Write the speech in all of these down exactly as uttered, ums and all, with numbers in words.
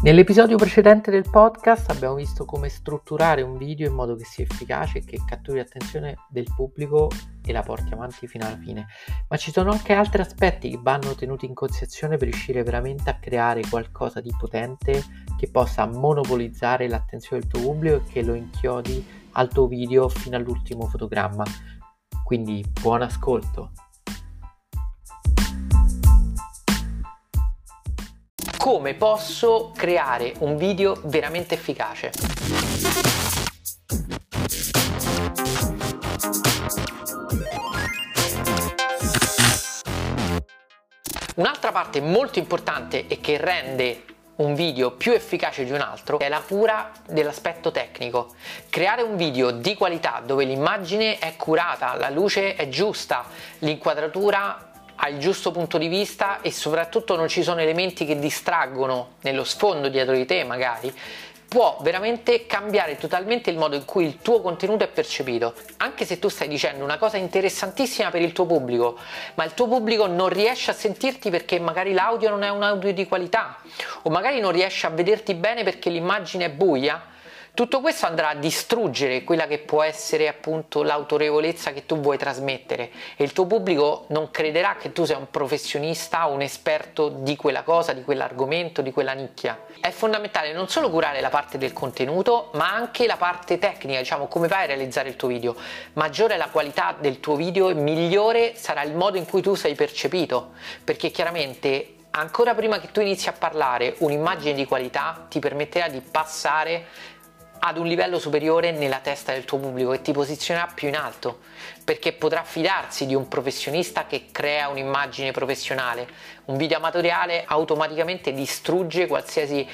Nell'episodio precedente del podcast abbiamo visto come strutturare un video in modo che sia efficace e che catturi l'attenzione del pubblico e la porti avanti fino alla fine, ma ci sono anche altri aspetti che vanno tenuti in considerazione per riuscire veramente a creare qualcosa di potente che possa monopolizzare l'attenzione del tuo pubblico e che lo inchiodi al tuo video fino all'ultimo fotogramma. Quindi buon ascolto! Come posso creare un video veramente efficace? Un'altra parte molto importante e che rende un video più efficace di un altro è la cura dell'aspetto tecnico. Creare un video di qualità dove l'immagine è curata, la luce è giusta, l'inquadratura ha il giusto punto di vista e soprattutto non ci sono elementi che distraggono nello sfondo dietro di te magari, può veramente cambiare totalmente il modo in cui il tuo contenuto è percepito. Anche se tu stai dicendo una cosa interessantissima per il tuo pubblico, ma il tuo pubblico non riesce a sentirti perché magari l'audio non è un audio di qualità, o magari non riesce a vederti bene perché l'immagine è buia, tutto questo andrà a distruggere quella che può essere appunto l'autorevolezza che tu vuoi trasmettere e il tuo pubblico non crederà che tu sei un professionista o un esperto di quella cosa, di quell'argomento, di quella nicchia. È fondamentale non solo curare la parte del contenuto, ma anche la parte tecnica, diciamo come vai a realizzare il tuo video. Maggiore è la qualità del tuo video e migliore sarà il modo in cui tu sei percepito, perché chiaramente ancora prima che tu inizi a parlare un'immagine di qualità ti permetterà di passare ad un livello superiore nella testa del tuo pubblico e ti posizionerà più in alto, perché potrà fidarsi di un professionista che crea un'immagine professionale. Un video amatoriale automaticamente distrugge qualsiasi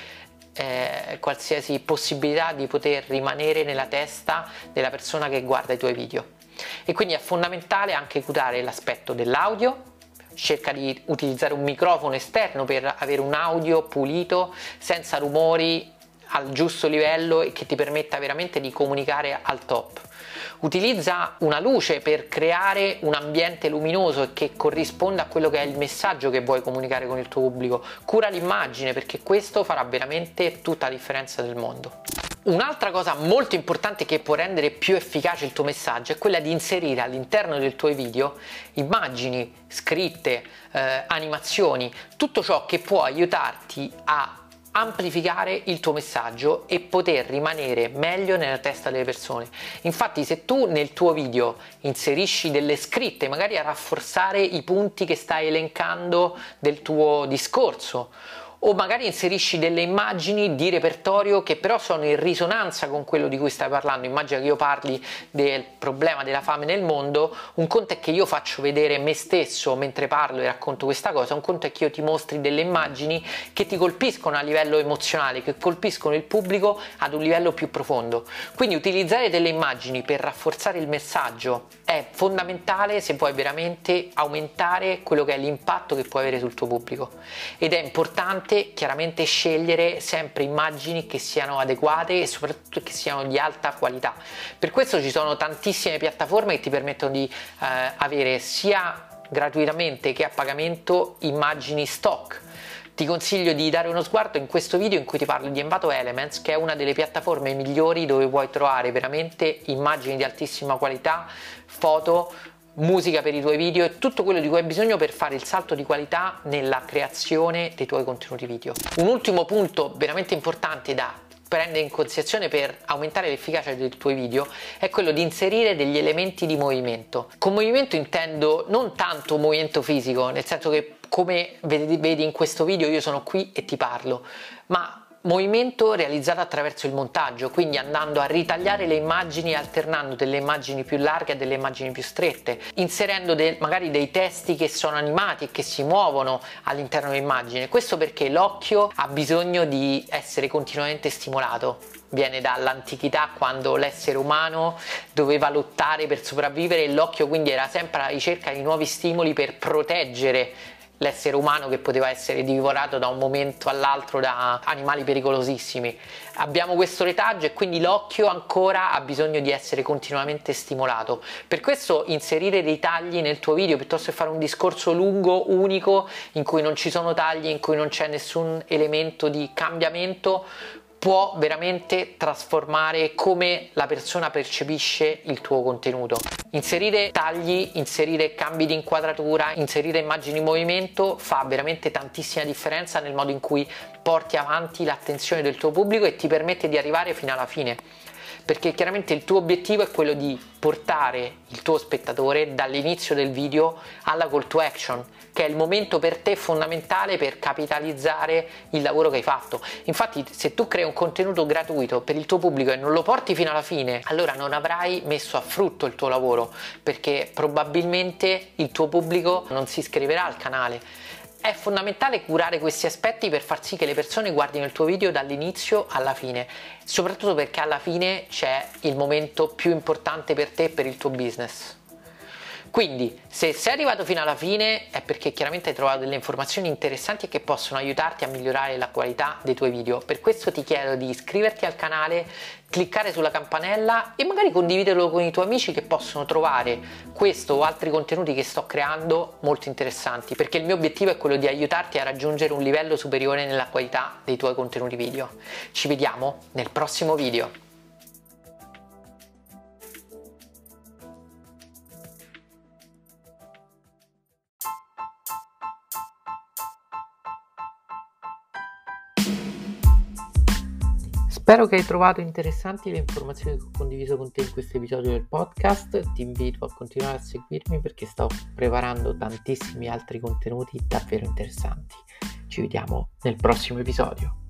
eh, qualsiasi possibilità di poter rimanere nella testa della persona che guarda i tuoi video. E quindi è fondamentale anche curare l'aspetto dell'audio. Cerca di utilizzare un microfono esterno per avere un audio pulito, senza rumori, al giusto livello e che ti permetta veramente di comunicare al top. Utilizza una luce per creare un ambiente luminoso e che corrisponda a quello che è il messaggio che vuoi comunicare con il tuo pubblico. Cura l'immagine perché questo farà veramente tutta la differenza del mondo. Un'altra cosa molto importante che può rendere più efficace il tuo messaggio è quella di inserire all'interno dei tuoi video immagini, scritte, eh, animazioni, tutto ciò che può aiutarti a amplificare il tuo messaggio e poter rimanere meglio nella testa delle persone. Infatti se tu nel tuo video inserisci delle scritte magari a rafforzare i punti che stai elencando del tuo discorso, o magari inserisci delle immagini di repertorio che però sono in risonanza con quello di cui stai parlando. Immagina che io parli del problema della fame nel mondo, un conto è che io faccio vedere me stesso mentre parlo e racconto questa cosa, un conto è che io ti mostri delle immagini che ti colpiscono a livello emozionale, che colpiscono il pubblico ad un livello più profondo. Quindi utilizzare delle immagini per rafforzare il messaggio è fondamentale se vuoi veramente aumentare quello che è l'impatto che puoi avere sul tuo pubblico, ed è importante chiaramente scegliere sempre immagini che siano adeguate e soprattutto che siano di alta qualità. Per questo ci sono tantissime piattaforme che ti permettono di eh, avere sia gratuitamente che a pagamento immagini stock. Ti consiglio di dare uno sguardo in questo video in cui ti parlo di Envato Elements, che è una delle piattaforme migliori dove puoi trovare veramente immagini di altissima qualità, foto, musica per i tuoi video e tutto quello di cui hai bisogno per fare il salto di qualità nella creazione dei tuoi contenuti video. Un ultimo punto veramente importante da prendere in considerazione per aumentare l'efficacia dei tuoi video è quello di inserire degli elementi di movimento. Con movimento intendo non tanto movimento fisico, nel senso che come vedi in questo video io sono qui e ti parlo, ma movimento realizzato attraverso il montaggio, quindi andando a ritagliare le immagini, alternando delle immagini più larghe a delle immagini più strette, inserendo de- magari dei testi che sono animati e che si muovono all'interno dell'immagine. Questo perché l'occhio ha bisogno di essere continuamente stimolato. Viene dall'antichità, quando l'essere umano doveva lottare per sopravvivere e l'occhio quindi era sempre alla ricerca di nuovi stimoli per proteggere l'essere umano che poteva essere divorato da un momento all'altro da animali pericolosissimi. Abbiamo questo retaggio e quindi l'occhio ancora ha bisogno di essere continuamente stimolato. Per questo inserire dei tagli nel tuo video piuttosto che fare un discorso lungo, unico, in cui non ci sono tagli, in cui non c'è nessun elemento di cambiamento, può veramente trasformare come la persona percepisce il tuo contenuto. Inserire tagli, inserire cambi di inquadratura, inserire immagini in movimento fa veramente tantissima differenza nel modo in cui porti avanti l'attenzione del tuo pubblico e ti permette di arrivare fino alla fine. Perché chiaramente il tuo obiettivo è quello di portare il tuo spettatore dall'inizio del video alla call to action, che è il momento per te fondamentale per capitalizzare il lavoro che hai fatto. Infatti, se tu crei un contenuto gratuito per il tuo pubblico e non lo porti fino alla fine, allora non avrai messo a frutto il tuo lavoro, perché probabilmente il tuo pubblico non si iscriverà al canale. È fondamentale curare questi aspetti per far sì che le persone guardino il tuo video dall'inizio alla fine, soprattutto perché alla fine c'è il momento più importante per te e per il tuo business. Quindi, se sei arrivato fino alla fine è perché chiaramente hai trovato delle informazioni interessanti e che possono aiutarti a migliorare la qualità dei tuoi video. Per questo ti chiedo di iscriverti al canale, cliccare sulla campanella e magari condividerlo con i tuoi amici che possono trovare questo o altri contenuti che sto creando molto interessanti, perché il mio obiettivo è quello di aiutarti a raggiungere un livello superiore nella qualità dei tuoi contenuti video. Ci vediamo nel prossimo video. Spero che hai trovato interessanti le informazioni che ho condiviso con te in questo episodio del podcast. Ti invito a continuare a seguirmi perché sto preparando tantissimi altri contenuti davvero interessanti. Ci vediamo nel prossimo episodio.